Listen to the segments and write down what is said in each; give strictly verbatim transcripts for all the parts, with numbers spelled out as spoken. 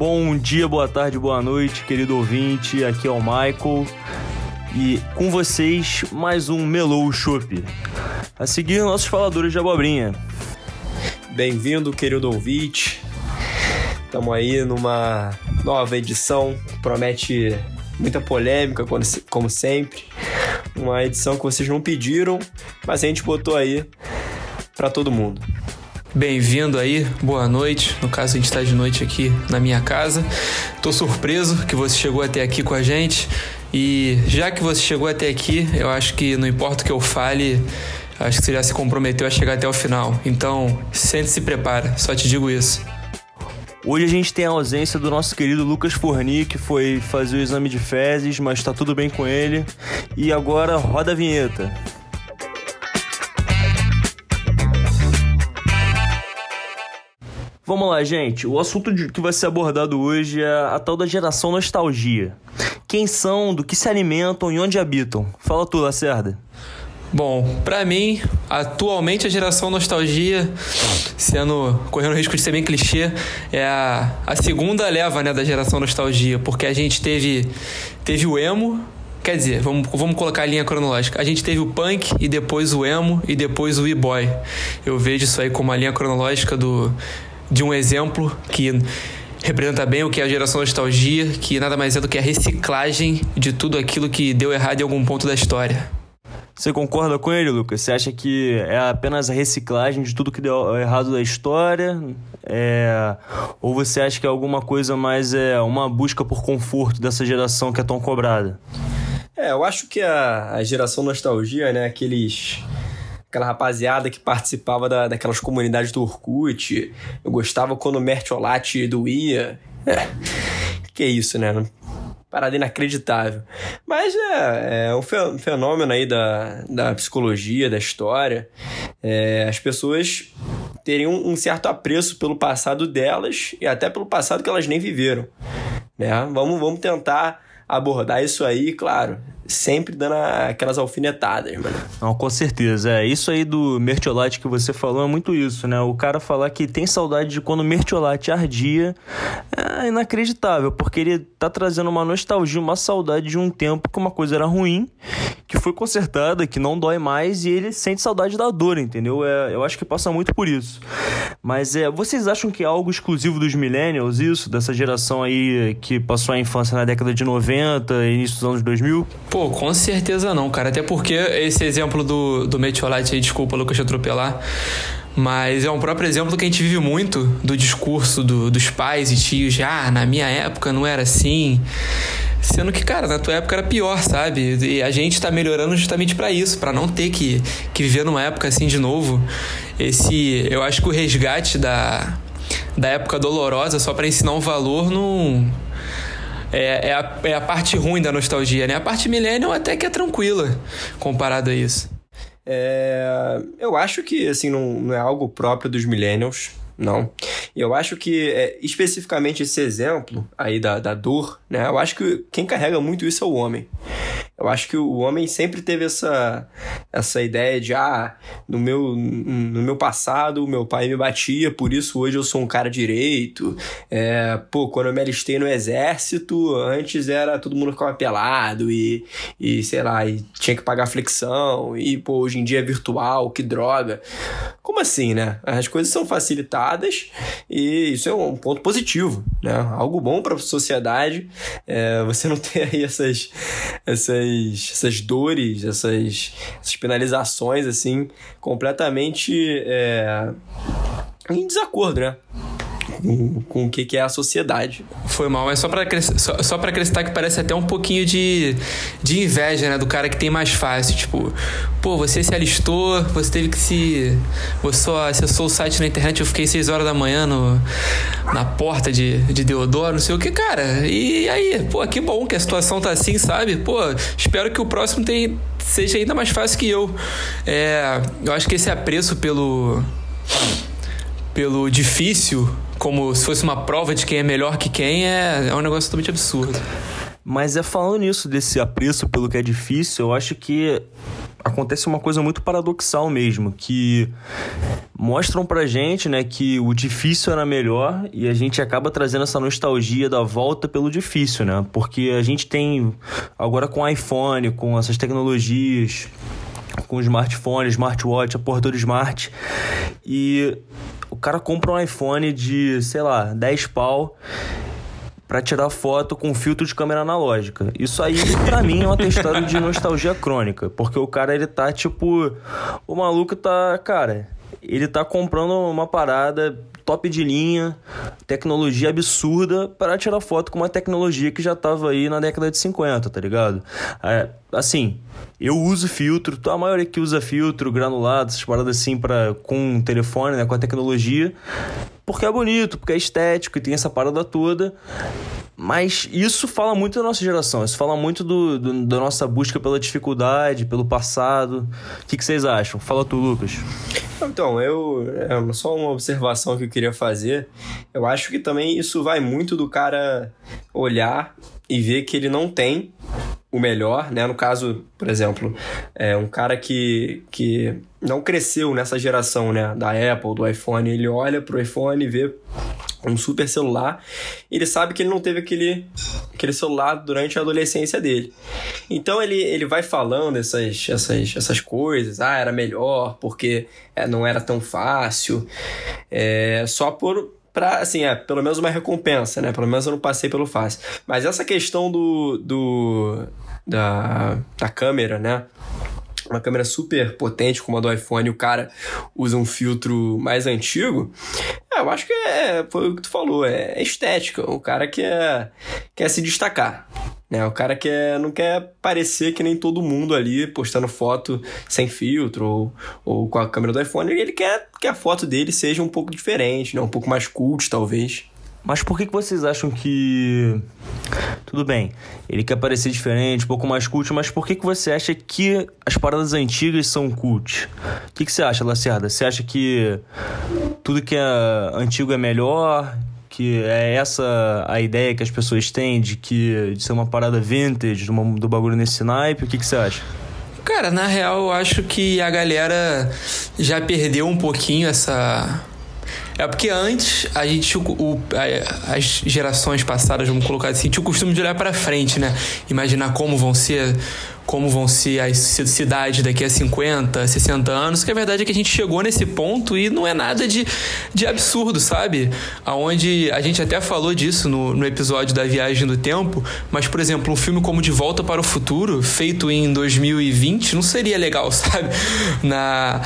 Bom dia, boa tarde, boa noite, querido ouvinte. Aqui é o Michael e com vocês mais um Mellow Chopp. A seguir, nossos faladores de abobrinha. Bem-vindo, querido ouvinte. Estamos aí numa nova edição que promete muita polêmica, como sempre. Uma edição que vocês não pediram, mas a gente botou aí para todo mundo. Bem-vindo aí, boa noite. No caso, a gente está de noite aqui na minha casa. Tô surpreso que você chegou até aqui com a gente. E já que você chegou até aqui, eu acho que não importa o que eu fale, acho que você já se comprometeu a chegar até o final. Então, sente-se e prepara, só te digo isso. Hoje a gente tem a ausência do nosso querido Lucas Forni, que foi fazer o exame de fezes, mas tá tudo bem com ele. E agora, roda a vinheta. Vamos lá, gente. O assunto que vai ser abordado hoje é a tal da geração nostalgia. Quem são, do que se alimentam e onde habitam? Fala tu, Lacerda. Bom, pra mim, atualmente a geração nostalgia, sendo, correndo o risco de ser bem clichê, é a, a segunda leva, né, da geração nostalgia, porque a gente teve, teve o emo, quer dizer, vamos, vamos colocar a linha cronológica, a gente teve o punk e depois o emo e depois o e-boy. Eu vejo isso aí como a linha cronológica do, de um exemplo que representa bem o que é a geração nostalgia, que nada mais é do que a reciclagem de tudo aquilo que deu errado em algum ponto da história. Você concorda com ele, Lucas? Você acha que é apenas a reciclagem de tudo que deu errado da história? É... Ou você acha que é alguma coisa mais é uma busca por conforto dessa geração que é tão cobrada? É, eu acho que a, a geração nostalgia, né, aqueles... aquela rapaziada que participava da, daquelas comunidades do Orkut. Eu gostava quando o Mertiolate doía. É, que é isso, né? Parada inacreditável. Mas é, é um fenômeno aí da, da psicologia, da história. É, as pessoas teriam um certo apreço pelo passado delas e até pelo passado que elas nem viveram, né? Vamos, vamos tentar abordar isso aí, claro, sempre dando aquelas alfinetadas, mano. Não, com certeza. É, isso aí do Mertiolate que você falou é muito isso, né? O cara falar que tem saudade de quando o Mertiolate ardia é inacreditável, porque ele tá trazendo uma nostalgia, uma saudade de um tempo que uma coisa era ruim, que foi consertada, que não dói mais, e ele sente saudade da dor, entendeu? É, eu acho que passa muito por isso. Mas é, vocês acham que é algo exclusivo dos millennials, isso? Dessa geração aí que passou a infância na década de noventa, início dos anos dois mil? Pô, com certeza não, cara. Até porque esse exemplo do, do Mertiolate aí, desculpa, Lucas, te atropelar, mas é um próprio exemplo que a gente vive muito do discurso do, dos pais e tios. Ah, na minha época não era assim. Sendo que, cara, na tua época era pior, sabe? E a gente tá melhorando justamente pra isso, pra não ter que, que viver numa época assim de novo. Esse, eu acho que o resgate da, da época dolorosa só pra ensinar um valor não... É, é, a, é a parte ruim da nostalgia, né? A parte millennial até que é tranquila comparado a isso. É, eu acho que, assim, não, não é algo próprio dos millennials, não. E eu acho que, é, especificamente esse exemplo aí da, da dor, né? Eu acho que quem carrega muito isso é o homem. Eu acho que o homem sempre teve essa, essa ideia de, ah, no meu, no meu passado, meu pai me batia, por isso hoje eu sou um cara direito. É, pô, quando eu me alistei no exército, antes era todo mundo ficava pelado e, e, sei lá, e tinha que pagar flexão. E, pô, hoje em dia é virtual, que droga. Como assim, né? As coisas são facilitadas e isso é um ponto positivo, né? Algo bom para a sociedade. É, você não ter aí essas... essas essas dores, essas, essas penalizações, assim, completamente é, em desacordo, né? Com, com o que, que é a sociedade. Foi mal, mas só pra, só, só pra acrescentar que parece até um pouquinho de, de inveja, né? Do cara que tem mais fácil. Tipo, pô, você se alistou, você teve que se... Você só acessou o site na internet, eu fiquei seis horas da manhã no, na porta de, de Deodoro, não sei o que, cara. E aí, pô, que bom que a situação tá assim, sabe? Pô, espero que o próximo tenha, seja ainda mais fácil que eu. É, eu acho que esse apreço pelo... pelo difícil, como se fosse uma prova de quem é melhor que quem, é, é um negócio totalmente absurdo. Mas é falando nisso, desse apreço pelo que é difícil, eu acho que acontece uma coisa muito paradoxal mesmo, que mostram pra gente, né, que o difícil era melhor e a gente acaba trazendo essa nostalgia da volta pelo difícil, né? Porque a gente tem agora com iPhone, com essas tecnologias, com smartphone, smartwatch, a porra toda smart, e o cara compra um iPhone de, sei lá, dez pau pra tirar foto com filtro de câmera analógica. Isso aí, pra mim, é um atestado de nostalgia crônica. Porque o cara, ele tá, tipo... O maluco tá... Cara, ele tá comprando uma parada top de linha, tecnologia absurda, para tirar foto com uma tecnologia que já tava aí na década de cinquenta, tá ligado? É, assim, eu uso filtro, a maioria que usa filtro, granulado, essas paradas assim, pra, com o telefone, né, com a tecnologia, porque é bonito, porque é estético e tem essa parada toda. Mas isso fala muito da nossa geração, isso fala muito do, do, da nossa busca pela dificuldade, pelo passado. O que, que vocês acham? Fala tu, Lucas. Então, eu... É só uma observação que eu queria fazer. Eu acho que também isso vai muito do cara olhar e ver que ele não tem o melhor, né? No caso, por exemplo, é um cara que, que não cresceu nessa geração, né, da Apple, do iPhone, ele olha pro iPhone e vê um super celular, ele sabe que ele não teve aquele, aquele celular durante a adolescência dele. Então ele, ele vai falando essas, essas, essas coisas, ah, era melhor porque é, não era tão fácil, é, só por... Pra, assim, é, pelo menos uma recompensa, né? Pelo menos eu não passei pelo fácil. Mas essa questão do, do da, da câmera, né? Uma câmera super potente como a do iPhone, o cara usa um filtro mais antigo, é, eu acho que é, foi o que tu falou, é, é estética. O cara quer, quer se destacar, né? O cara quer, não quer parecer que nem todo mundo ali postando foto sem filtro ou, ou com a câmera do iPhone. Ele quer que a foto dele seja um pouco diferente, né? Um pouco mais cult, talvez. Mas por que, que vocês acham que... Tudo bem, ele quer parecer diferente, um pouco mais cult, mas por que, que você acha que as paradas antigas são cult? O que, que você acha, Lacerda? Você acha que tudo que é antigo é melhor? Que é essa a ideia que as pessoas têm de, que, de ser uma parada vintage, uma, do bagulho nesse naipe? O que, que você acha? Cara, na real, eu acho que a galera já perdeu um pouquinho essa... É porque antes, a gente, o, o, as gerações passadas, vamos colocar assim, tinha o costume de olhar pra frente, né? Imaginar como vão ser, como vão ser as cidades daqui a cinquenta, sessenta anos, que a verdade é que a gente chegou nesse ponto e não é nada de, de absurdo, sabe? Aonde a gente até falou disso no, no episódio da Viagem do Tempo, mas, por exemplo, um filme como De Volta para o Futuro, feito em dois mil e vinte, não seria legal, sabe? Na,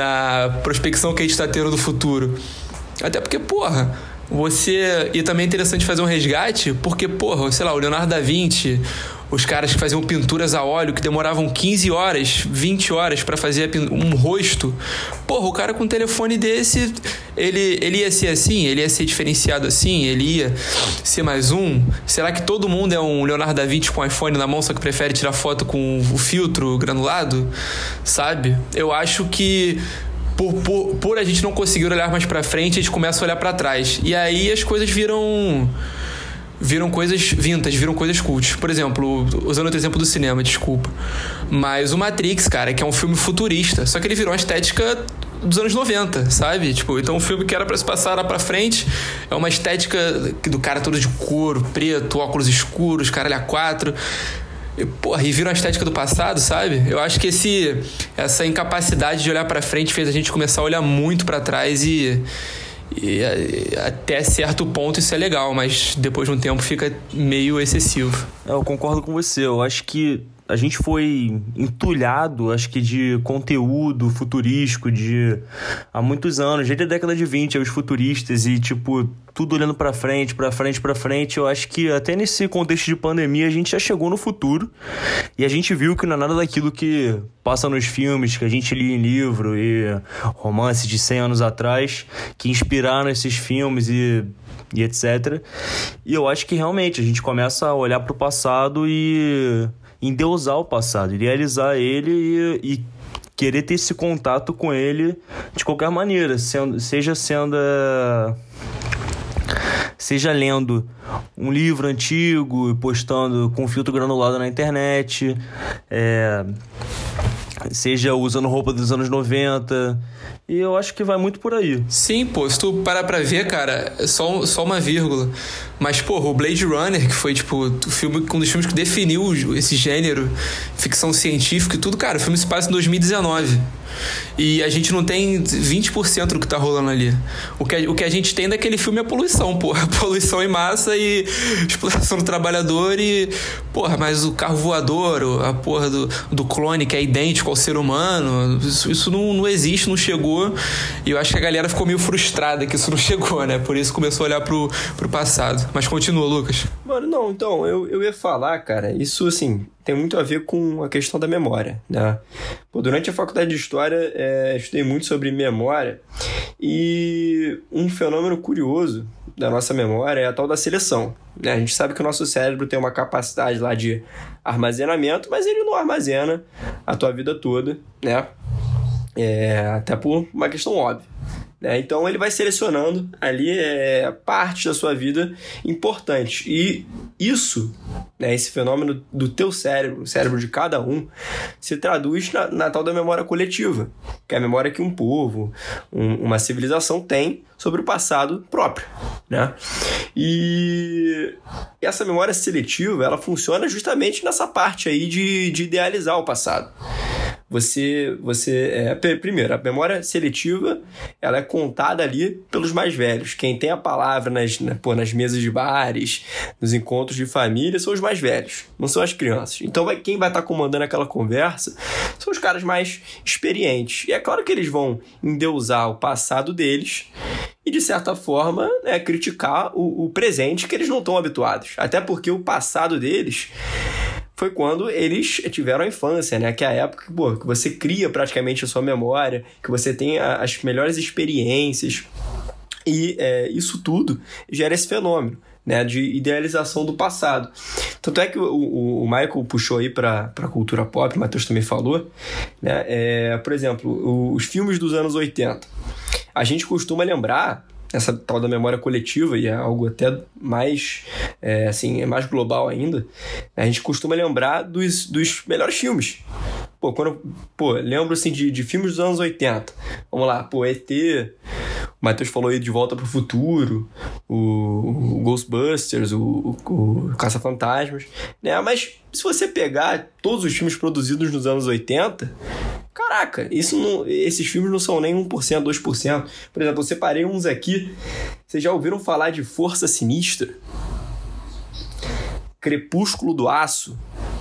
na prospecção que a gente tá tendo do futuro. Até porque, porra, você... E também é interessante fazer um resgate, porque, porra, sei lá, o Leonardo da Vinci, os caras que faziam pinturas a óleo, que demoravam quinze horas, vinte horas pra fazer um rosto. Porra, o cara com um telefone desse, ele, ele ia ser assim? Ele ia ser diferenciado assim? Ele ia ser mais um? Será que todo mundo é um Leonardo da Vinci com iPhone na mão, só que prefere tirar foto com o filtro granulado? Sabe? Eu acho que... Por, por, por a gente não conseguir olhar mais pra frente, a gente começa a olhar pra trás. E aí as coisas viram... Viram coisas vintage, viram coisas cult. Por exemplo, usando outro exemplo do cinema, desculpa. Mas o Matrix, cara, que é um filme futurista. Só que ele virou uma estética dos anos noventa, sabe? Tipo, então um filme que era pra se passar lá pra frente é uma estética do cara todo de couro, preto, óculos escuros, caralho a quatro... E, porra, e viram a estética do passado, sabe? Eu acho que esse, essa incapacidade de olhar pra frente fez a gente começar a olhar muito pra trás e, e, e até certo ponto isso é legal, mas depois de um tempo fica meio excessivo. Eu concordo com você, eu acho que a gente foi entulhado, acho que de conteúdo futurístico de há muitos anos, desde a década de vinte, os futuristas e, tipo, tudo olhando pra frente, pra frente, pra frente. Eu acho que até nesse contexto de pandemia a gente já chegou no futuro e a gente viu que não é nada daquilo que passa nos filmes, que a gente lia em livro e romances de cem anos atrás, que inspiraram esses filmes e... e etcétera. E eu acho que realmente a gente começa a olhar pro passado e endeusar o passado, idealizar ele e, e querer ter esse contato com ele de qualquer maneira, sendo, seja sendo... seja lendo um livro antigo e postando com filtro granulado na internet, é, seja usando roupa dos anos noventa, e eu acho que vai muito por aí. Sim, pô, se tu parar pra ver, cara, só, só uma vírgula, mas, porra, o Blade Runner, que foi, tipo, o filme, um dos filmes que definiu esse gênero, ficção científica e tudo, cara, o filme se passa em dois mil e dezenove. E a gente não tem vinte por cento do que tá rolando ali. O que, o que a gente tem daquele filme é poluição, porra. Poluição em massa e exploração do trabalhador e... Porra, mas o carro voador, a porra do, do clone que é idêntico ao ser humano, isso, isso não, não existe, não chegou. E eu acho que a galera ficou meio frustrada que isso não chegou, né? Por isso começou a olhar pro, pro passado. Mas continua, Lucas. Mano, não, então, eu, eu ia falar, cara, isso, assim, tem muito a ver com a questão da memória, né? Pô, durante a faculdade de História, é, estudei muito sobre memória e um fenômeno curioso da nossa memória é a tal da seleção, né? A gente sabe que o nosso cérebro tem uma capacidade lá de armazenamento, mas ele não armazena a tua vida toda, né? É, até por uma questão óbvia. Né? Então ele vai selecionando ali é, parte da sua vida importante. E isso, né, esse fenômeno do teu cérebro, o cérebro de cada um, se traduz na, na tal da memória coletiva, que é a memória que um povo, um, uma civilização tem sobre o passado próprio. Né? E essa memória seletiva, ela funciona justamente nessa parte aí de, de idealizar o passado. Você, você é, primeiro, a memória seletiva, ela é contada ali pelos mais velhos. Quem tem a palavra nas, na, pô, nas mesas de bares, nos encontros de família, são os mais velhos, não são as crianças. Então, vai, quem vai estar comandando aquela conversa são os caras mais experientes. E é claro que eles vão endeusar o passado deles e, de certa forma, né, criticar o, o presente que eles não estão habituados. Até porque o passado deles foi quando eles tiveram a infância, né? Que é a época que, pô, que você cria praticamente a sua memória, que você tem a, as melhores experiências. E é, isso tudo gera esse fenômeno, né? De idealização do passado. Tanto é que o, o, o Michael puxou aí para a cultura pop, o Matheus também falou, né? É, por exemplo, os filmes dos anos oitenta. A gente costuma lembrar essa tal da memória coletiva, e é algo até mais, é, assim, é mais global ainda, a gente costuma lembrar dos, dos melhores filmes. Pô, quando, pô, lembro, assim, de, de filmes dos anos oitenta. Vamos lá, pô, E T, o Matheus falou aí De Volta pro Futuro, o, o Ghostbusters, o, o, o Caça-Fantasmas, né? Mas se você pegar todos os filmes produzidos nos anos oitenta... Caraca, isso não, esses filmes não são nem um por cento, dois por cento. Por exemplo, eu separei uns aqui. Vocês já ouviram falar de Força Sinistra? Crepúsculo do Aço?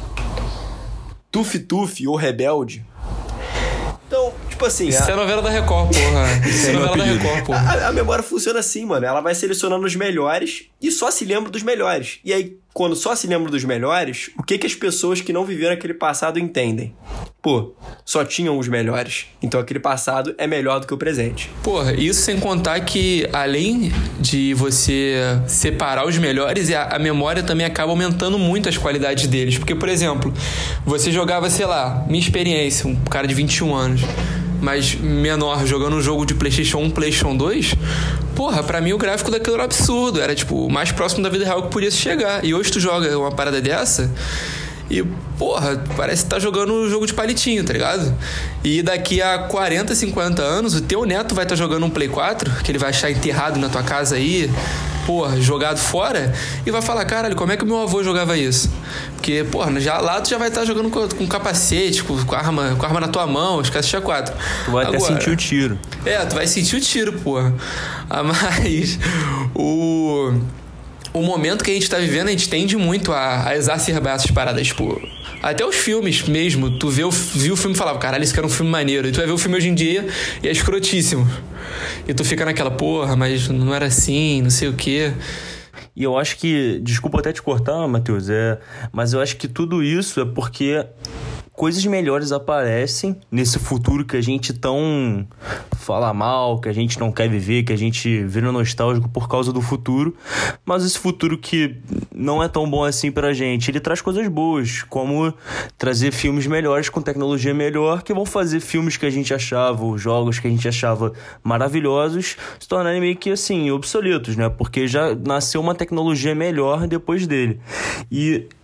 Tuf Tuf ou Rebelde? Então, tipo assim... Isso a... é novela da Record, porra. Isso é novela da Record, porra. A, a memória funciona assim, mano. Ela vai selecionando os melhores e só se lembra dos melhores. E aí, quando só se lembra dos melhores, o que, que as pessoas que não viveram aquele passado entendem? Pô, só tinham os melhores. Então aquele passado é melhor do que o presente. Porra, isso sem contar que, além de você separar os melhores, a, a memória também acaba aumentando muito as qualidades deles. Porque, por exemplo, você jogava, sei lá, minha experiência, um cara de vinte e um anos, mas menor, jogando um jogo de PlayStation um, PlayStation dois, porra, pra mim o gráfico daquilo era absurdo. Era, tipo, o mais próximo da vida real que podia se chegar. E hoje tu joga uma parada dessa e, porra, parece que tá jogando um jogo de palitinho, tá ligado? E daqui a quarenta, cinquenta anos, o teu neto vai estar tá jogando um Play quatro, que ele vai achar enterrado na tua casa aí, porra, jogado fora, e vai falar, caralho, como é que o meu avô jogava isso? Porque, porra, já, lá tu já vai estar tá jogando com, com capacete, com, com, arma, com arma na tua mão, os cacete a quatro. Tu vai Agora, até sentir o tiro. É, tu vai sentir o tiro, porra. Ah, mas o... O momento que a gente tá vivendo, a gente tende muito a, a exacerbar essas paradas, tipo... Até os filmes mesmo, tu vê o, viu o filme e falava, caralho, isso aqui era um filme maneiro. E tu vai ver o filme hoje em dia e é escrotíssimo. E tu fica naquela, porra, mas não era assim, não sei o quê. E eu acho que... Desculpa até te cortar, Matheus, é, mas eu acho que tudo isso é porque coisas melhores aparecem nesse futuro que a gente tão fala mal, que a gente não quer viver, que a gente vira nostálgico por causa do futuro. Mas esse futuro que não é tão bom assim pra gente, ele traz coisas boas, como trazer filmes melhores com tecnologia melhor, que vão fazer filmes que a gente achava, ou jogos que a gente achava maravilhosos, se tornarem meio que assim, obsoletos, né? Porque já nasceu uma tecnologia melhor depois dele. E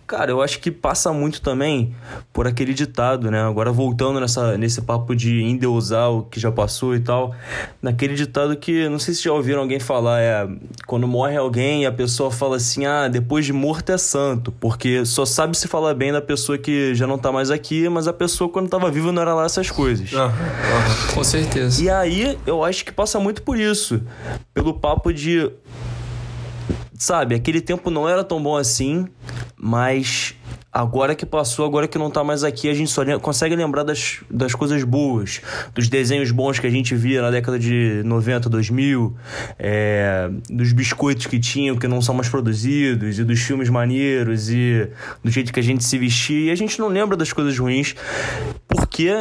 Cara, eu acho que passa muito também por aquele ditado, né? Agora voltando nessa, nesse papo de endeusar o que já passou e tal, naquele ditado que, não sei se já ouviram alguém falar, é quando morre alguém a pessoa fala assim, ah, depois de morto é santo, porque só sabe se falar bem da pessoa que já não tá mais aqui, mas a pessoa quando tava viva não era lá essas coisas. Uhum, uhum. Com certeza. E aí, eu acho que passa muito por isso, pelo papo de... Sabe, aquele tempo não era tão bom assim, mas agora que passou, agora que não tá mais aqui, a gente só consegue lembrar das, das coisas boas, dos desenhos bons que a gente via na década de noventa, dois mil, é, dos biscoitos que tinham, que não são mais produzidos, e dos filmes maneiros, e do jeito que a gente se vestia, e a gente não lembra das coisas ruins, porque...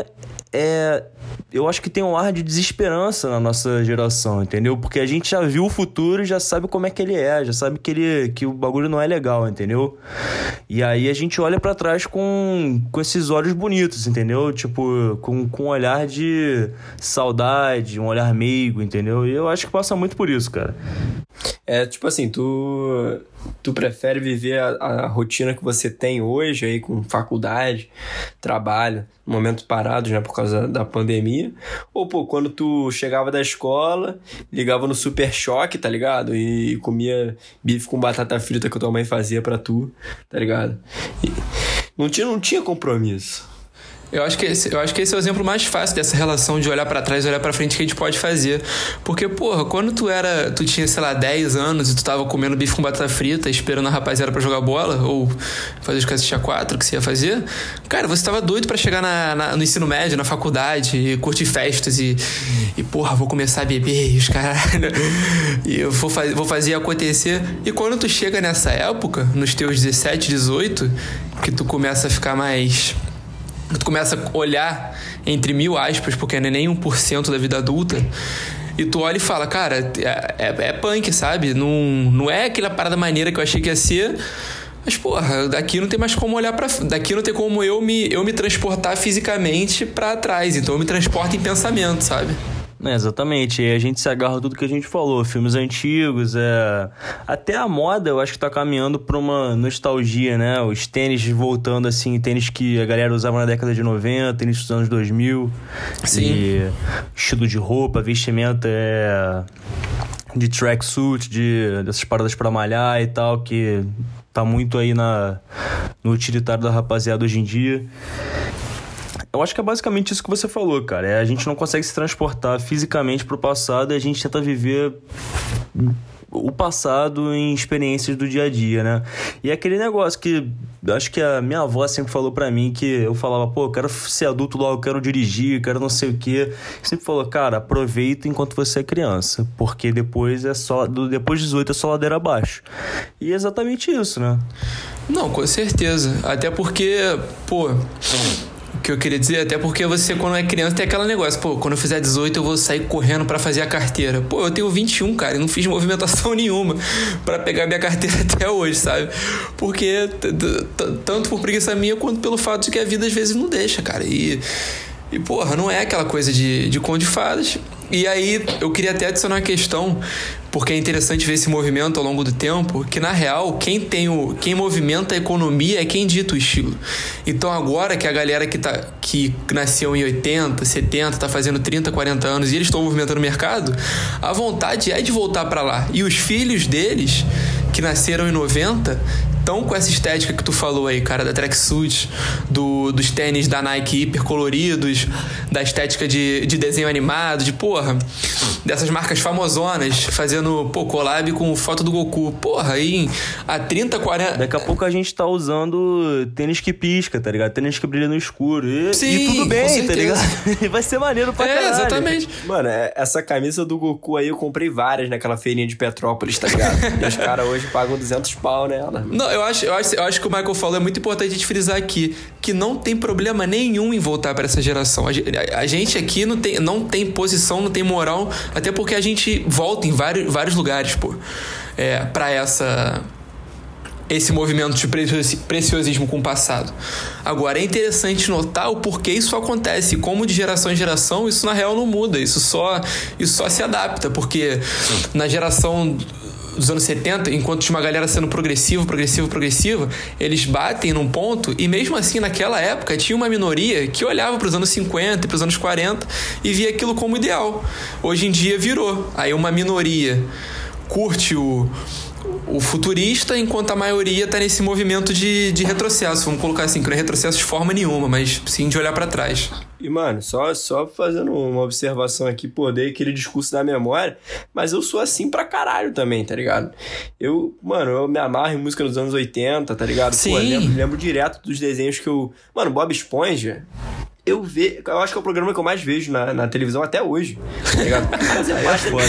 É, eu acho que tem um ar de desesperança na nossa geração, entendeu? Porque a gente já viu o futuro e já sabe como é que ele é, já sabe que, ele, que o bagulho não é legal, entendeu? E aí a gente olha pra trás com, com esses olhos bonitos, entendeu? Tipo, com, com um olhar de saudade, um olhar meigo, entendeu? E eu acho que passa muito por isso, cara. É, tipo assim, tu... Tu prefere viver a, a rotina que você tem hoje aí com faculdade, trabalho, momentos parados, né, por causa da pandemia? Ou, pô, quando tu chegava da escola, ligava no Super Choque, tá ligado? E comia bife com batata frita que a tua mãe fazia pra tu, tá ligado? E não tinha, não tinha compromisso. Eu acho, que esse, eu acho que esse é o exemplo mais fácil dessa relação de olhar pra trás e olhar pra frente que a gente pode fazer. Porque, porra, quando tu era... Tu tinha, sei lá, dez anos e tu tava comendo bife com batata frita, esperando a rapaziada pra jogar bola, ou fazer os cacete a quatro que você ia fazer, cara, você tava doido pra chegar na, na, no ensino médio, na faculdade, e curtir festas e... E, porra, vou começar a beber e os caralho... E eu vou, faz, vou fazer acontecer. E quando tu chega nessa época, nos teus dezessete, dezoito, que tu começa a ficar mais... Tu começa a olhar entre mil aspas, porque não é nem um por cento da vida adulta, e tu olha e fala, cara, é, é, é punk, sabe? Não, não é aquela parada maneira que eu achei que ia ser, mas, porra, daqui não tem mais como olhar pra... Daqui não tem como eu me, eu me transportar fisicamente pra trás, então eu me transporto em pensamento, sabe? É, exatamente, e a gente se agarra a tudo que a gente falou, filmes antigos, é... até a moda eu acho que tá caminhando pra uma nostalgia, né? Os tênis voltando assim, tênis que a galera usava na década de noventa, tênis dos anos dois mil. Sim. E estilo de roupa, vestimenta é... de tracksuit, de... dessas paradas pra malhar e tal, que tá muito aí na... no utilitário da rapaziada hoje em dia. Eu acho que é basicamente isso que você falou, cara. É, a gente não consegue se transportar fisicamente pro passado e a gente tenta viver o passado em experiências do dia a dia, né? E é aquele negócio que acho que a minha avó sempre falou pra mim, que eu falava, pô, eu quero ser adulto logo, eu quero dirigir, eu quero não sei o quê. Sempre falou, cara, aproveita enquanto você é criança, porque depois é só, depois dos dezoito é só ladeira abaixo. E é exatamente isso, né? Não, com certeza. Até porque, pô... O que eu queria dizer, até porque você, quando é criança, tem aquele negócio, pô, quando eu fizer dezoito eu vou sair correndo pra fazer a carteira. Pô, eu tenho vinte e um, cara, e não fiz movimentação nenhuma pra pegar minha carteira até hoje, sabe? Porque tanto por preguiça minha, quanto pelo fato de que a vida às vezes não deixa, cara. E, e porra, não é aquela coisa de, de conto de fadas. E aí, eu queria até adicionar uma questão, porque é interessante ver esse movimento ao longo do tempo, que na real, quem tem o, quem movimenta a economia é quem dita o estilo. Então agora que a galera que, tá, que nasceu em oitenta, setenta, tá fazendo trinta, quarenta anos e eles estão movimentando o mercado, a vontade é de voltar para lá. E os filhos deles, que nasceram em noventa, estão com essa estética que tu falou aí, cara, da tracksuit, do, dos tênis da Nike hipercoloridos, da estética de, de desenho animado, de porra, dessas marcas famosonas, fazendo, pô, collab com foto do Goku. Porra, aí há trinta, quarenta... Daqui a pouco a gente tá usando tênis que pisca, tá ligado? Tênis que brilha no escuro. E, Sim, e tudo bem, tá ligado? Vai ser maneiro pra é, caralho. Exatamente. Mano, essa camisa do Goku aí eu comprei várias naquela feirinha de Petrópolis, tá ligado? E os caras hoje pagam duzentos pau nela. Não, eu acho, eu, acho, eu acho que o Michael falou, é muito importante a gente frisar aqui, que não tem problema nenhum em voltar pra essa geração. A, a, a gente aqui não tem, não tem posição, não tem moral, até porque a gente volta em vários, vários lugares, pô, é, pra essa... esse movimento de preciosismo com o passado. Agora, é interessante notar o porquê isso acontece, como de geração em geração isso na real não muda, isso só, isso só se adapta, porque na geração dos anos setenta, enquanto tinha uma galera sendo progressiva, progressiva, progressiva, eles batem num ponto, e mesmo assim, naquela época, tinha uma minoria que olhava para os anos cinquenta e para os anos quarenta e via aquilo como ideal. Hoje em dia virou. Aí uma minoria curte o, o futurista, enquanto a maioria está nesse movimento de, de retrocesso. Vamos colocar assim, que não é retrocesso de forma nenhuma, mas sim de olhar para trás. E, mano, só, só fazendo uma observação aqui, pô, dei aquele discurso da memória, mas eu sou assim pra caralho também, tá ligado? Eu, mano, eu me amarro em música dos anos oitenta, tá ligado? Sim. Pô, lembro, lembro direto dos desenhos que eu... Mano, Bob Esponja... Eu, ve... eu acho que é o programa que eu mais vejo na, na televisão até hoje, tá ligado? Mas é parte foda,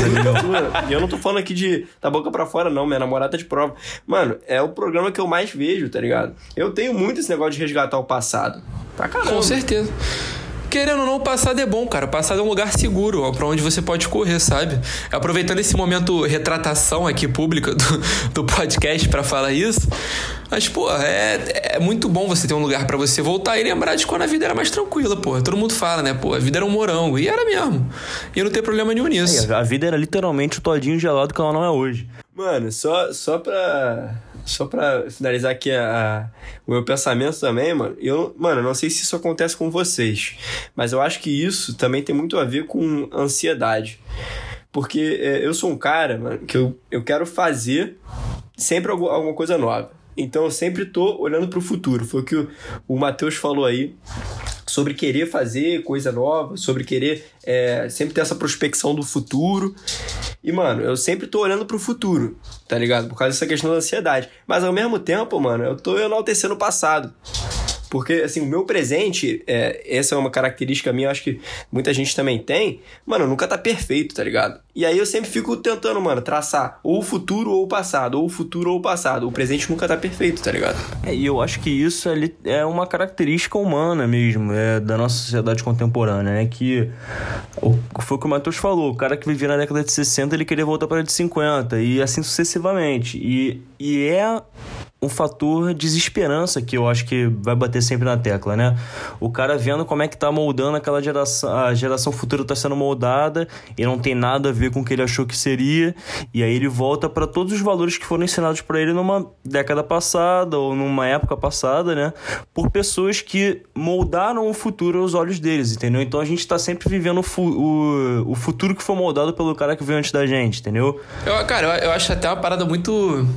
e eu não tô falando aqui de da boca pra fora, não. Minha namorada tá de prova. Mano, é o programa que eu mais vejo, tá ligado? Eu tenho muito esse negócio de resgatar o passado. Pra caramba. Com certeza. Querendo ou não, o passado é bom, cara. O passado é um lugar seguro, ó, pra onde você pode correr, sabe? Aproveitando esse momento retratação aqui pública do, do podcast pra falar isso, mas, pô, é, é muito bom você ter um lugar pra você voltar e lembrar de quando a vida era mais tranquila, pô. Todo mundo fala, né? Pô, a vida era um morango. E era mesmo. E não tem problema nenhum nisso. É, a vida era literalmente o todinho gelado que ela não é hoje. Mano, só, só pra... Só pra finalizar aqui a, a, o meu pensamento também, mano. Eu, mano, não sei se isso acontece com vocês, mas eu acho que isso também tem muito a ver com ansiedade. Porque é, eu sou um cara, mano, que eu, eu quero fazer sempre alguma, alguma coisa nova. Então eu sempre tô olhando pro futuro. Foi o que o, o Matheus falou aí, sobre querer fazer coisa nova, sobre querer é, sempre ter essa prospecção do futuro. E, mano, eu sempre tô olhando pro futuro, tá ligado? Por causa dessa questão da ansiedade. Mas, ao mesmo tempo, mano, eu tô enaltecendo o passado. Porque, assim, o meu presente, é, essa é uma característica minha, eu acho que muita gente também tem, mano, nunca tá perfeito, tá ligado? E aí eu sempre fico tentando, mano, traçar ou o futuro ou o passado, ou o futuro ou o passado. O presente nunca tá perfeito, tá ligado? É, e eu acho que isso ali é uma característica humana mesmo, é, da nossa sociedade contemporânea, né? Que o, foi o que o Matheus falou, o cara que vivia na década de sessenta, ele queria voltar para a de cinquenta, e assim sucessivamente. E, e é um fator desesperança que eu acho que vai bater sempre na tecla, né? O cara vendo como é que tá moldando aquela geração, a geração futura tá sendo moldada e não tem nada a ver com o que ele achou que seria, e aí ele volta para todos os valores que foram ensinados para ele numa década passada ou numa época passada, né? Por pessoas que moldaram o futuro aos olhos deles, entendeu? Então a gente tá sempre vivendo o, fu- o, o futuro que foi moldado pelo cara que veio antes da gente, entendeu? Eu, cara, eu, eu acho até uma parada muito...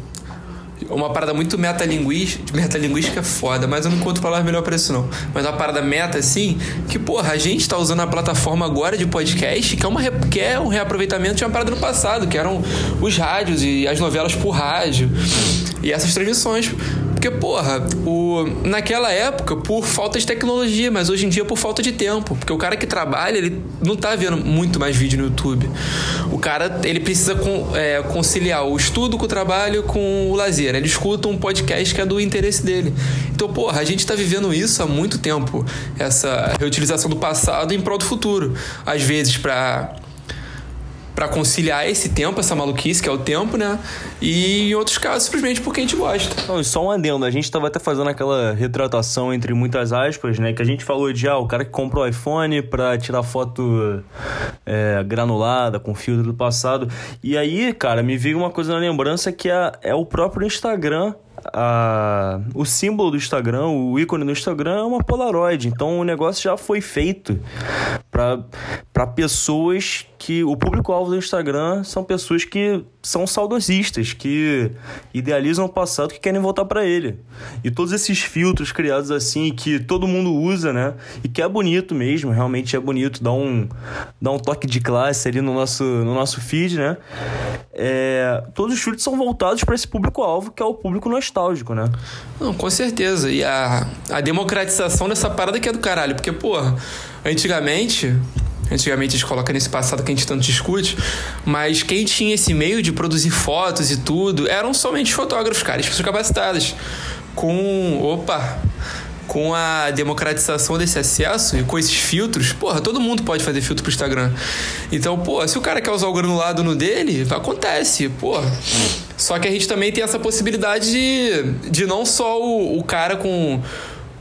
Uma parada muito metalinguística. Metalinguística é foda, mas eu não encontro palavra melhor pra isso, não. Mas uma parada meta, assim, que, porra, a gente tá usando a plataforma agora de podcast, que é, uma, que é um reaproveitamento de uma parada do passado, que eram os rádios e as novelas por rádio. E essas transmissões. Porque, porra, o, naquela época, por falta de tecnologia, mas hoje em dia por falta de tempo. Porque o cara que trabalha, ele não tá vendo muito mais vídeo no YouTube. O cara, ele precisa con, é, conciliar o estudo com o trabalho com o lazer. Ele escuta um podcast que é do interesse dele. Então, porra, a gente tá vivendo isso há muito tempo. Essa reutilização do passado em prol do futuro. Às vezes pra... pra conciliar esse tempo, essa maluquice que é o tempo, né? E em outros casos, simplesmente porque a gente gosta. Não, só um adendo, a gente tava até fazendo aquela retratação entre muitas aspas, né? Que a gente falou de, ah, o cara que comprou o iPhone pra tirar foto é, granulada, com filtro do passado. E aí, cara, me veio uma coisa na lembrança que é, é o próprio Instagram. A, o símbolo do Instagram, o ícone do Instagram é uma Polaroid. Então o negócio já foi feito para pessoas que... O público-alvo do Instagram são pessoas que são saudosistas, que idealizam o passado, que querem voltar para ele. E todos esses filtros criados assim, que todo mundo usa, né? E que é bonito mesmo, realmente é bonito, dá um, dá um toque de classe ali no nosso, no nosso feed, né? É, todos os filtros são voltados para esse público-alvo, que é o público nostálgico, né? Não, com certeza. E a, a democratização dessa parada que é do caralho. Porque, porra, antigamente... Antigamente a gente coloca nesse passado que a gente tanto discute, mas quem tinha esse meio de produzir fotos e tudo eram somente fotógrafos, cara, as pessoas capacitadas. Com... Opa! Com a democratização desse acesso e com esses filtros, porra, todo mundo pode fazer filtro pro Instagram. Então, pô, se o cara quer usar o granulado no dele, acontece, porra. Só que a gente também tem essa possibilidade de, de não só o, o cara com... com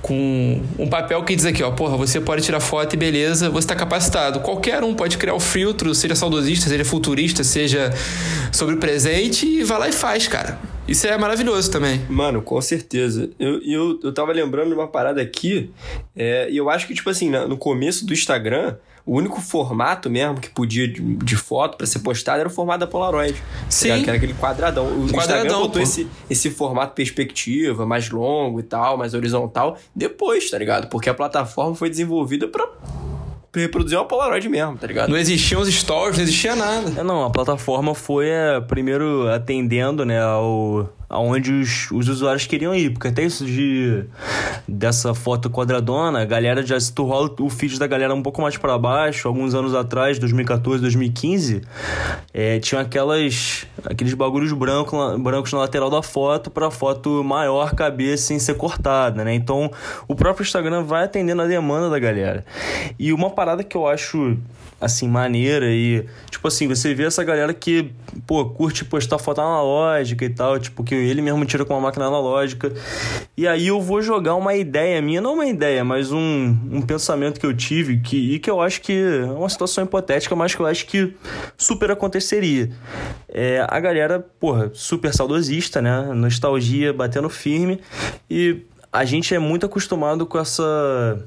com um papel que diz aqui, ó, porra, você pode tirar foto e beleza, você tá capacitado. Qualquer um pode criar o filtro, seja saudosista, seja futurista, seja sobre o presente, e vai lá e faz, cara. Isso é maravilhoso também. Mano, com certeza. Eu, eu, eu tava lembrando de uma parada aqui, é, e eu acho que, tipo assim, no começo do Instagram, o único formato mesmo que podia de, de foto pra ser postado era o formato da Polaroid. Sim. Tá, que era aquele quadradão. O Quadradão, Instagram botou pô. esse, esse formato perspectiva, mais longo e tal, mais horizontal, depois, tá ligado? Porque a plataforma foi desenvolvida pra reproduzir uma Polaroid mesmo, tá ligado? Não existiam os stories, não existia nada. É, não, a plataforma foi é, primeiro atendendo, né, ao aonde os, os usuários queriam ir, porque até isso de dessa foto quadradona, a galera já se tu rola o feed da galera um pouco mais pra baixo, alguns anos atrás, dois mil e catorze, dois mil e quinze, é, tinha aquelas aqueles bagulhos branco, brancos na lateral da foto pra foto maior caber sem ser cortada, né? Então, o próprio Instagram vai atendendo a demanda da galera. E uma parada que eu acho assim, maneira e, tipo assim, você vê essa galera que, pô, curte postar foto analógica e tal, tipo, que ele mesmo tira com uma máquina analógica. E aí eu vou jogar uma ideia minha, não uma ideia, mas um, um pensamento que eu tive que, e que eu acho que é uma situação hipotética, mas que eu acho que super aconteceria. É, a galera, porra, super saudosista, né? Nostalgia batendo firme. E a gente é muito acostumado com essa...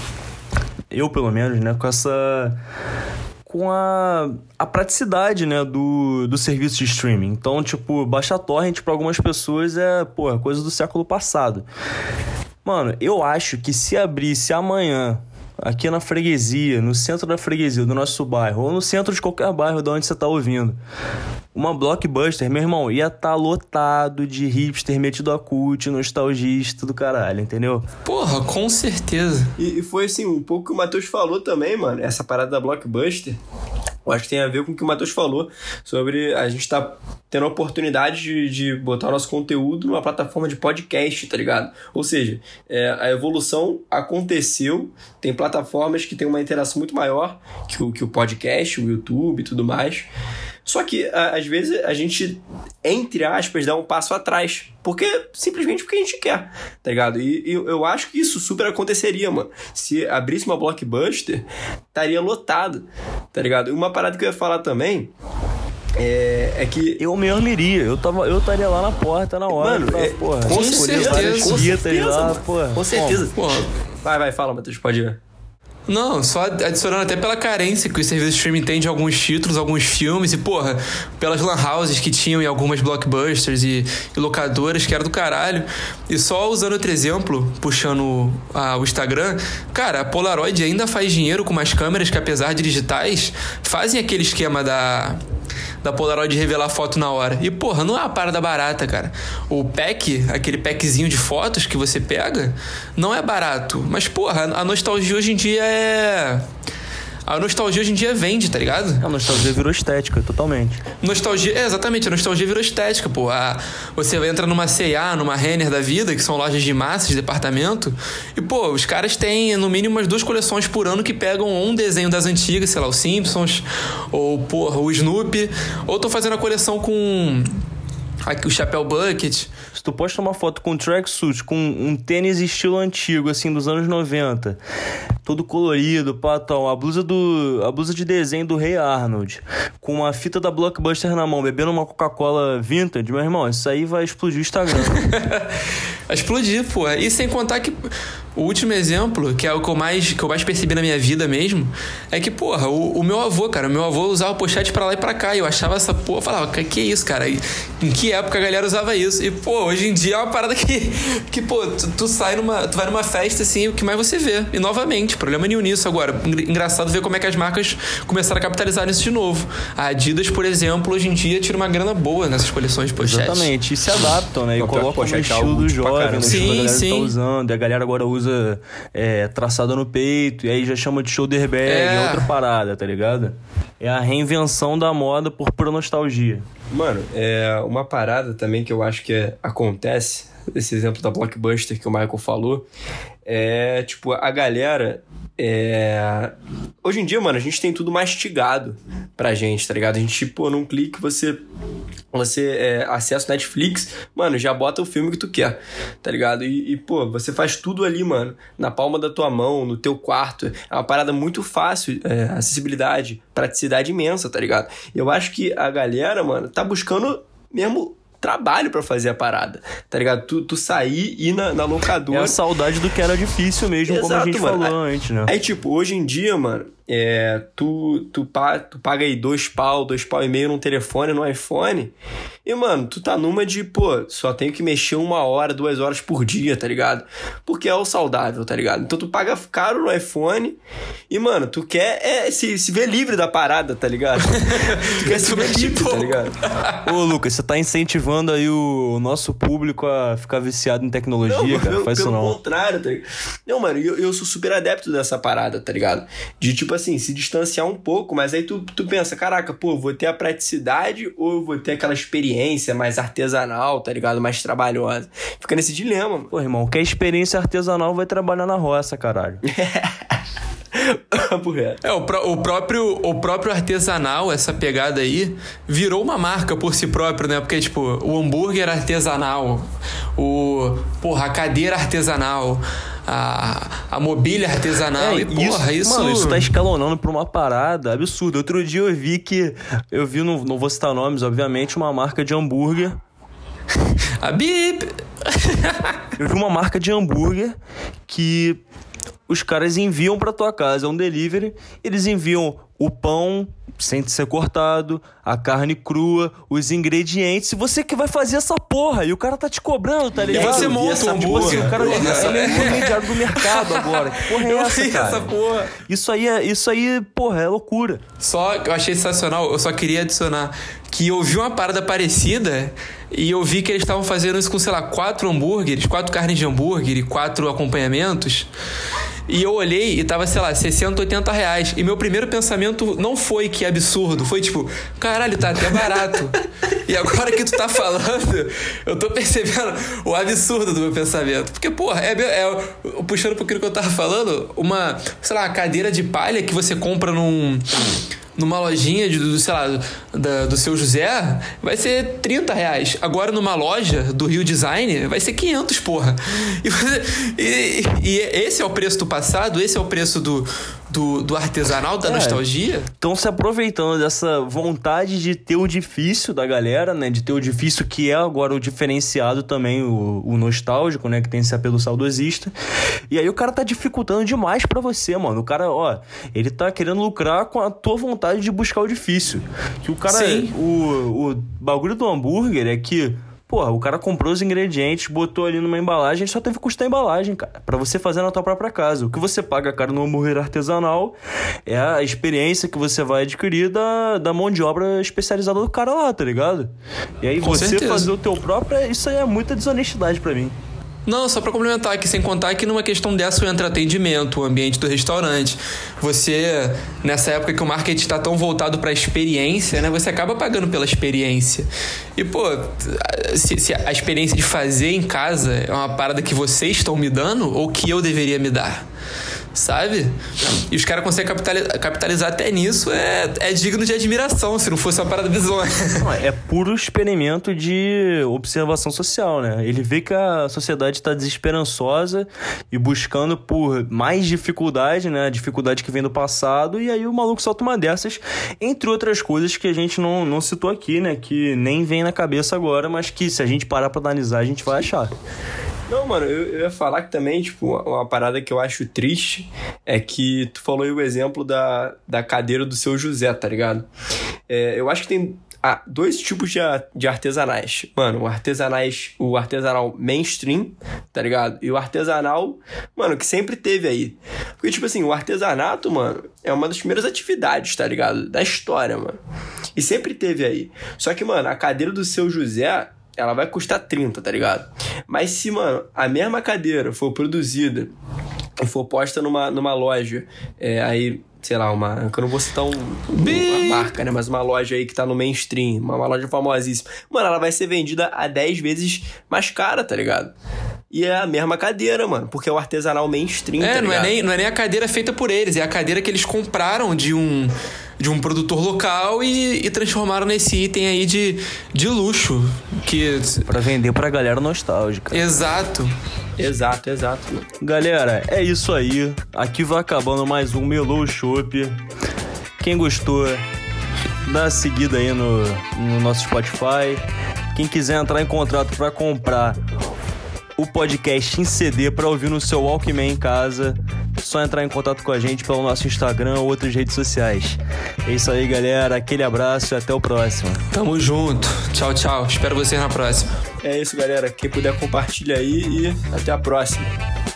Eu, pelo menos, né? Com essa... com a, a praticidade, né, do, do serviço de streaming. Então, tipo, baixar torrent para algumas pessoas é, pô, coisa do século passado. Mano, eu acho que se abrisse amanhã, aqui na freguesia, no centro da freguesia do nosso bairro, ou no centro de qualquer bairro de onde você tá ouvindo, uma Blockbuster, meu irmão, ia estar tá lotado de hipster metido a cult, nostalgista do caralho, entendeu? Porra, com certeza. E, e foi assim, um pouco que o Matheus falou também, mano, essa parada da Blockbuster. Eu acho que tem a ver com o que o Matheus falou sobre a gente tá tendo a oportunidade de, de botar o nosso conteúdo numa plataforma de podcast, tá ligado? Ou seja, é, a evolução aconteceu, tem plataformas que tem uma interação muito maior que o, que o podcast, o YouTube e tudo mais. Só que, a, às vezes, a gente, entre aspas, dá um passo atrás. Porque, simplesmente porque a gente quer, tá ligado? E, e eu acho que isso super aconteceria, mano. Se abrisse uma Blockbuster, estaria lotado, tá ligado? E uma parada que eu ia falar também... É, é que... Eu mesmo iria, eu tava, eu estaria lá na porta na hora. Mano, tava, é, porra, com certeza, com certeza, lá, mano, porra. com certeza. Porra. Vai, vai, fala, Matheus, pode ir. Não, só adicionando até pela carência que os serviços de streaming têm de alguns títulos, alguns filmes e, porra, pelas lan houses que tinham em algumas blockbusters e, e locadoras, que era do caralho. E só usando outro exemplo, puxando a, o Instagram, cara, a Polaroid ainda faz dinheiro com umas câmeras que, apesar de digitais, fazem aquele esquema da... da Polaroid revelar foto na hora. E, porra, não é uma parada barata, cara. O pack, aquele packzinho de fotos que você pega, não é barato. Mas, porra, a nostalgia hoje em dia é... A nostalgia hoje em dia vende, tá ligado? A nostalgia virou estética, totalmente. Nostalgia, é, exatamente, a nostalgia virou estética, pô. A, você entra numa C e A, numa Renner da vida, que são lojas de massas, de departamento, e, pô, os caras têm, no mínimo, umas duas coleções por ano que pegam um desenho das antigas, sei lá, os Simpsons, ou, porra, o Snoopy, ou tô fazendo a coleção com... Aqui, o Chapéu Bucket. Se tu posta uma foto com um tracksuit, com um tênis estilo antigo, assim, dos anos noventa, todo colorido, patão, a blusa do a blusa de desenho do Rei Arnold, com uma fita da Blockbuster na mão, bebendo uma Coca-Cola vintage, meu irmão, isso aí vai explodir o Instagram. Vai explodir, pô. E sem contar que o último exemplo, que é o que eu mais, que eu mais percebi na minha vida mesmo, é que, porra, o, o meu avô, cara, o meu avô usava pochete pra lá e pra cá, e eu achava essa porra, eu falava, que que é isso, cara? E, em que época a galera usava isso? E, pô, hoje em dia é uma parada que, que pô, tu, tu sai numa, tu vai numa festa, assim, o que mais você vê. E, novamente, problema nenhum nisso agora. Engraçado ver como é que as marcas começaram a capitalizar nisso de novo. A Adidas, por exemplo, hoje em dia tira uma grana boa nessas coleções de pochete. Exatamente, e se adaptam, né? E Não, colocam no estilo do jovem, no estilo da galera que tá usando, e a galera agora usa é, traçada no peito, e aí já chama de shoulder bag, é. é outra parada, tá ligado? É a reinvenção da moda por pura nostalgia. Mano, é uma parada também que eu acho que é, acontece, esse exemplo da Blockbuster que o Michael falou, é tipo, a galera... É... hoje em dia, mano, a gente tem tudo mastigado pra gente, tá ligado? A gente, pô, num clique você... Você é, acessa o Netflix, mano, já bota o filme que tu quer, tá ligado? E, e, pô, você faz tudo ali, mano, na palma da tua mão, no teu quarto. É uma parada muito fácil, é, acessibilidade, praticidade imensa, tá ligado? E eu acho que a galera, mano, tá buscando mesmo trabalho pra fazer a parada, tá ligado? Tu, tu sair e ir na, na locadora. É a saudade do que era difícil mesmo, Exato, como a gente mano. falou aí, antes, né? Aí, tipo, hoje em dia, mano, é, tu, tu, pa, tu paga aí dois pau, dois pau e meio num telefone, no iPhone, e, mano, tu tá numa de, pô, só tenho que mexer uma hora, duas horas por dia, tá ligado? Porque é o saudável, tá ligado? Então tu paga caro no iPhone e, mano, tu quer é, se, se ver livre da parada, tá ligado? Tu quer se ver livre, tá ligado? Ô, Lucas, você tá incentivando aí o nosso público a ficar viciado em tecnologia, não, cara? Pelo, Faz pelo isso não. contrário, tá ligado? Não, mano, eu, eu sou super adepto dessa parada, tá ligado? De, tipo assim, se distanciar um pouco, mas aí tu, tu pensa, caraca, pô, vou ter a praticidade ou eu vou ter aquela experiência mais artesanal, tá ligado? Mais trabalhosa. Fica nesse dilema, mano. Pô, irmão, quer experiência artesanal vai trabalhar na roça, caralho. É, o, pró- o, próprio, o próprio artesanal, essa pegada aí, virou uma marca por si próprio, né? Porque, tipo, o hambúrguer artesanal, o, porra, a cadeira artesanal, a, a mobília artesanal, é, e porra, isso, isso... Mano, isso tá escalonando pra uma parada absurda. Outro dia eu vi que, eu vi, não, não vou citar nomes, obviamente, uma marca de hambúrguer. A bip! Eu vi uma marca de hambúrguer que... Os caras enviam pra tua casa, é um delivery. Eles enviam o pão sem ser cortado, a carne crua, os ingredientes. E você que vai fazer essa porra. E o cara tá te cobrando, tá ligado? E você monta o hambúrguer. O cara, ele é intermediário do mercado agora. Que porra é eu essa, cara? Essa porra. Isso aí, é, isso aí, porra, é loucura. Só, eu achei sensacional. Eu só queria adicionar que eu vi uma parada parecida e eu vi que eles estavam fazendo isso com, sei lá, quatro hambúrgueres, quatro carnes de hambúrguer e quatro acompanhamentos. E eu olhei e tava, sei lá, sessenta, oitenta reais. E meu primeiro pensamento não foi que absurdo. Foi tipo, caralho, tá até barato. E agora que tu tá falando, eu tô percebendo o absurdo do meu pensamento. Porque, porra, é, é, puxando um pouquinho do que eu tava falando, uma, sei lá, cadeira de palha que você compra num... numa lojinha, de, do, sei lá, da, do seu José, vai ser trinta reais. Agora, numa loja do Rio Design, vai ser quinhentos, porra. E, você, e, e esse é o preço do passado? Esse é o preço do, do, do artesanal, da é, nostalgia? Estão se aproveitando dessa vontade de ter o difícil da galera, né? De ter o difícil que é agora o diferenciado também, o, o nostálgico, né? Que tem esse apelo saudosista. E aí o cara tá dificultando demais pra você, mano. O cara, ó, ele tá querendo lucrar com a tua vontade de buscar o difícil. Que o cara... Sim. O, o bagulho do hambúrguer é que... Porra, o cara comprou os ingredientes, botou ali numa embalagem, só teve que custar a embalagem, cara, pra você fazer na tua própria casa. O que você paga, cara, no hambúrguer artesanal é a experiência que você vai adquirir da, da mão de obra especializada do cara lá, tá ligado? E aí Com você certeza. fazer o teu próprio, isso aí é muita desonestidade pra mim. Não, só pra complementar aqui, sem contar que numa questão dessa entra atendimento, o ambiente do restaurante. Você, nessa época que o marketing tá tão voltado pra experiência, né? Você acaba pagando pela experiência. E, pô, se, se a experiência de fazer em casa é uma parada que vocês estão me dando ou que eu deveria me dar? Sabe? E os caras conseguem capitalizar, capitalizar até nisso, é, é digno de admiração, se não fosse uma parada bizonha. É puro experimento de observação social, né? Ele vê que a sociedade está desesperançosa e buscando por mais dificuldade, né? Dificuldade que vem do passado, e aí o maluco solta uma dessas, entre outras coisas que a gente não, não citou aqui, né? Que nem vem na cabeça agora, mas que se a gente parar pra analisar, a gente vai achar. Não, mano, eu, eu ia falar que também, tipo, uma, uma parada que eu acho triste é que tu falou aí o exemplo da, da cadeira do seu José, tá ligado? É, eu acho que tem ah, dois tipos de, de artesanais. Mano, o artesanais, o artesanal mainstream, tá ligado? E o artesanal, mano, que sempre teve aí. Porque, tipo assim, o artesanato, mano, é uma das primeiras atividades, tá ligado? Da história, mano. E sempre teve aí. Só que, mano, a cadeira do seu José... ela vai custar trinta, tá ligado? Mas se, mano, a mesma cadeira for produzida e for posta numa, numa loja, é, aí, sei lá, uma... que eu não vou citar um, uma marca, né? Mas uma loja aí que tá no mainstream, uma, uma loja famosíssima. Mano, ela vai ser vendida a dez vezes mais cara, tá ligado? e é a mesma cadeira, mano, porque é o artesanal mainstream, É, tá não, é ligado? nem, não é nem a cadeira feita por eles, é a cadeira que eles compraram de um, de um produtor local e, e transformaram nesse item aí de, de luxo. Que... Pra vender pra galera nostálgica. Exato. Exato, exato. Galera, é isso aí. Aqui vai acabando mais um Mellow Shop. Quem gostou, dá uma seguida aí no, no nosso Spotify. Quem quiser entrar em contato pra comprar o podcast em C D pra ouvir no seu Walkman em casa, é só entrar em contato com a gente pelo nosso Instagram ou outras redes sociais. É isso aí, galera. Aquele abraço e até o próximo. Tamo junto. Tchau, tchau. Espero vocês na próxima. É isso, galera. Quem puder, compartilha aí e até a próxima.